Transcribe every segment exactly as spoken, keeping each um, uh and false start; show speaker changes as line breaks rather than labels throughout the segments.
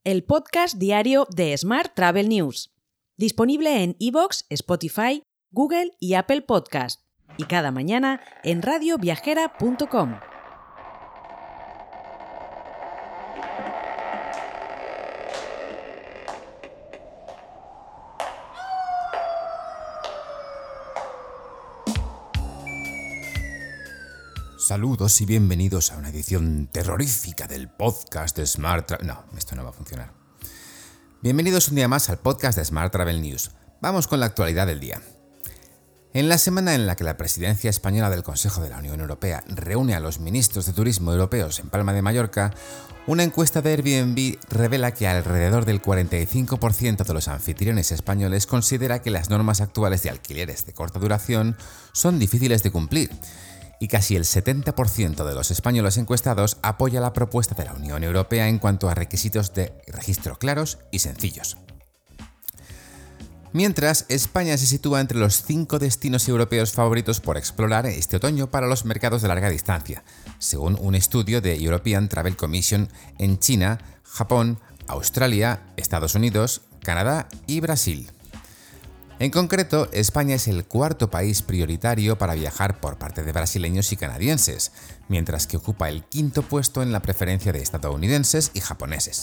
el podcast diario de Smart Travel News, disponible en iVoox, Spotify, Google y Apple Podcast, y cada mañana en radio viajera punto com.
Saludos y bienvenidos a una edición terrorífica del podcast de Smart Travel... No, esto no va a funcionar. Bienvenidos un día más al podcast de Smart Travel News. Vamos con la actualidad del día. En la semana en la que la presidencia española del Consejo de la Unión Europea reúne a los ministros de turismo europeos en Palma de Mallorca, una encuesta de Airbnb revela que alrededor del cuarenta y cinco por ciento de los anfitriones españoles considera que las normas actuales de alquileres de corta duración son difíciles de cumplir, y casi el setenta por ciento de los españoles encuestados apoya la propuesta de la Unión Europea en cuanto a requisitos de registro claros y sencillos. Mientras, España se sitúa entre los cinco destinos europeos favoritos por explorar este otoño para los mercados de larga distancia, según un estudio de European Travel Commission en China, Japón, Australia, Estados Unidos, Canadá y Brasil. En concreto, España es el cuarto país prioritario para viajar por parte de brasileños y canadienses, mientras que ocupa el quinto puesto en la preferencia de estadounidenses y japoneses.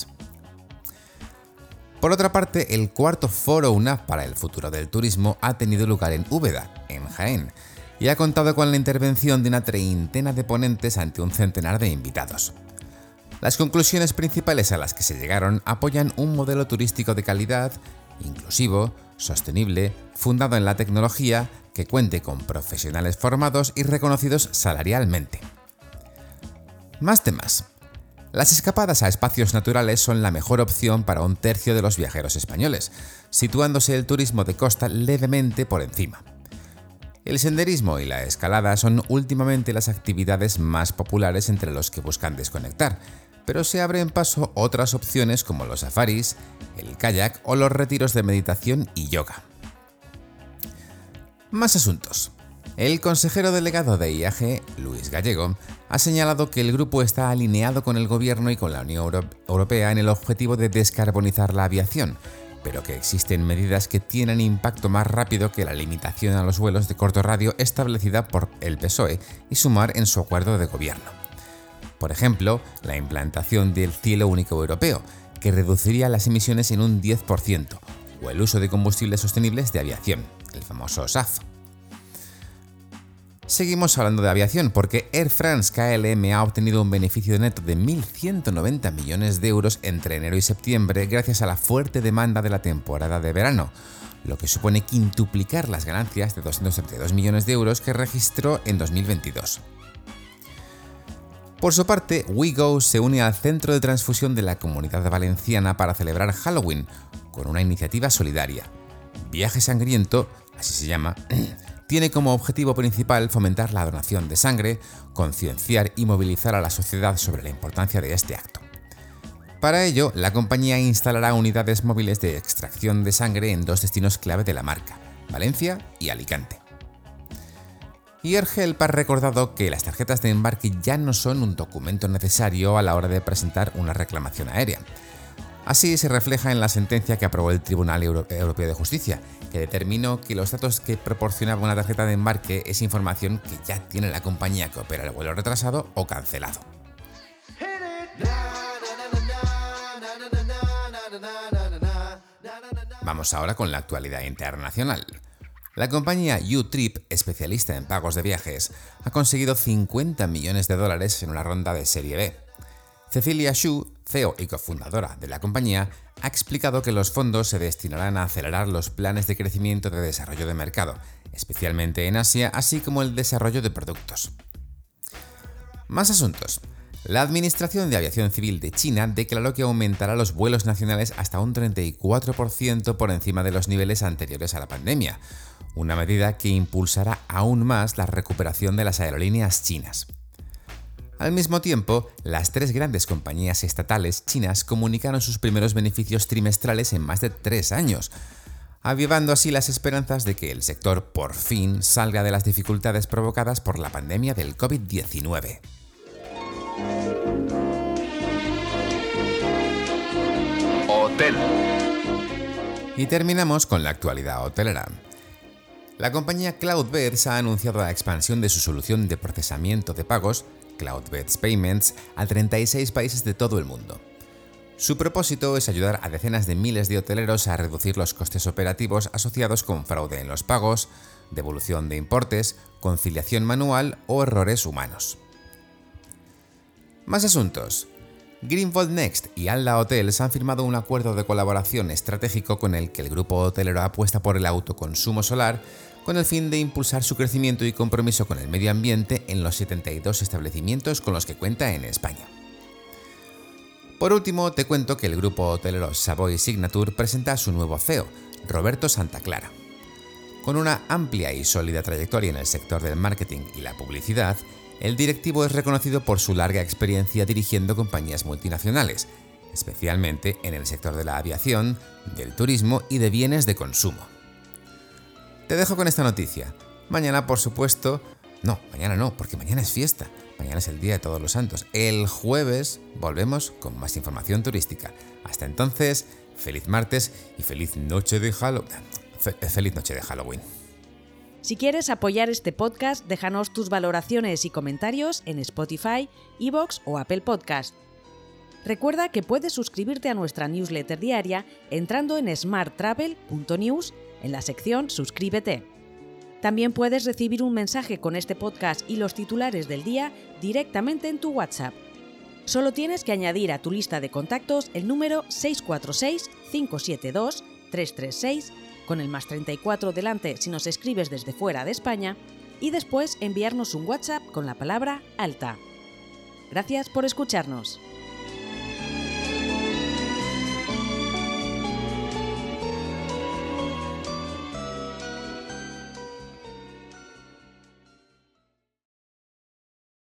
Por otra parte, el cuarto foro U N A F para el futuro del turismo ha tenido lugar en Úbeda, en Jaén, y ha contado con la intervención de una treintena de ponentes ante un centenar de invitados. Las conclusiones principales a las que se llegaron apoyan un modelo turístico de calidad, inclusivo, sostenible, fundado en la tecnología, que cuente con profesionales formados y reconocidos salarialmente. Más temas. Las escapadas a espacios naturales son la mejor opción para un tercio de los viajeros españoles, situándose el turismo de costa levemente por encima. El senderismo y la escalada son últimamente las actividades más populares entre los que buscan desconectar, pero se abren paso otras opciones como los safaris, el kayak o los retiros de meditación y yoga. Más asuntos. El consejero delegado de I A G, Luis Gallego, ha señalado que el grupo está alineado con el gobierno y con la Unión Europea en el objetivo de descarbonizar la aviación, pero que existen medidas que tienen impacto más rápido que la limitación a los vuelos de corto radio establecida por el P S O E y Sumar en su acuerdo de gobierno. Por ejemplo, la implantación del cielo único europeo, que reduciría las emisiones en un diez por ciento, o el uso de combustibles sostenibles de aviación, el famoso S A F. Seguimos hablando de aviación porque Air France K L M ha obtenido un beneficio neto de mil ciento noventa millones de euros entre enero y septiembre gracias a la fuerte demanda de la temporada de verano, lo que supone quintuplicar las ganancias de doscientos treinta y dos millones de euros que registró en dos mil veintidós. Por su parte, WeGo se une al Centro de Transfusión de la Comunidad Valenciana para celebrar Halloween, con una iniciativa solidaria. Viaje Sangriento, así se llama, tiene como objetivo principal fomentar la donación de sangre, concienciar y movilizar a la sociedad sobre la importancia de este acto. Para ello, la compañía instalará unidades móviles de extracción de sangre en dos destinos clave de la marca, Valencia y Alicante. Y AirHelp ha recordado que las tarjetas de embarque ya no son un documento necesario a la hora de presentar una reclamación aérea. Así se refleja en la sentencia que aprobó el Tribunal Europeo de Justicia, que determinó que los datos que proporcionaba una tarjeta de embarque es información que ya tiene la compañía que opera el vuelo retrasado o cancelado. Vamos ahora con la actualidad internacional. La compañía U-Trip, especialista en pagos de viajes, ha conseguido cincuenta millones de dólares en una ronda de Serie B. Cecilia Xu, C E O y cofundadora de la compañía, ha explicado que los fondos se destinarán a acelerar los planes de crecimiento de desarrollo de mercado, especialmente en Asia, así como el desarrollo de productos. Más asuntos. La Administración de Aviación Civil de China declaró que aumentará los vuelos nacionales hasta un treinta y cuatro por ciento por encima de los niveles anteriores a la pandemia, una medida que impulsará aún más la recuperación de las aerolíneas chinas. Al mismo tiempo, las tres grandes compañías estatales chinas comunicaron sus primeros beneficios trimestrales en más de tres años, avivando así las esperanzas de que el sector por fin salga de las dificultades provocadas por la pandemia del covid diecinueve.
hotel.
Y terminamos con la actualidad hotelera. La compañía Cloudbeds ha anunciado la expansión de su solución de procesamiento de pagos, Cloudbeds Payments, a treinta y seis países de todo el mundo. Su propósito es ayudar a decenas de miles de hoteleros a reducir los costes operativos asociados con fraude en los pagos, devolución de importes, conciliación manual o errores humanos. Más asuntos. Greenvolt Next y Alda Hotels han firmado un acuerdo de colaboración estratégico con el que el grupo hotelero apuesta por el autoconsumo solar con el fin de impulsar su crecimiento y compromiso con el medio ambiente en los setenta y dos establecimientos con los que cuenta en España. Por último, te cuento que el grupo hotelero Savoy Signature presenta a su nuevo C E O, Roberto Santaclara. Con una amplia y sólida trayectoria en el sector del marketing y la publicidad, el directivo es reconocido por su larga experiencia dirigiendo compañías multinacionales, especialmente en el sector de la aviación, del turismo y de bienes de consumo. Te dejo con esta noticia. Mañana, por supuesto... No, mañana no, porque mañana es fiesta. Mañana es el Día de Todos los Santos. El jueves volvemos con más información turística. Hasta entonces, feliz martes y feliz noche de Halloween. Feliz noche de Halloween.
Si quieres apoyar este podcast, déjanos tus valoraciones y comentarios en Spotify, iVoox o Apple Podcast. Recuerda que puedes suscribirte a nuestra newsletter diaria entrando en smart travel punto news en la sección Suscríbete. También puedes recibir un mensaje con este podcast y los titulares del día directamente en tu WhatsApp. Solo tienes que añadir a tu lista de contactos el número seis cuatro seis, cinco siete dos, tres tres seis con el más treinta y cuatro delante si nos escribes desde fuera de España, y después enviarnos un WhatsApp con la palabra alta. Gracias por escucharnos.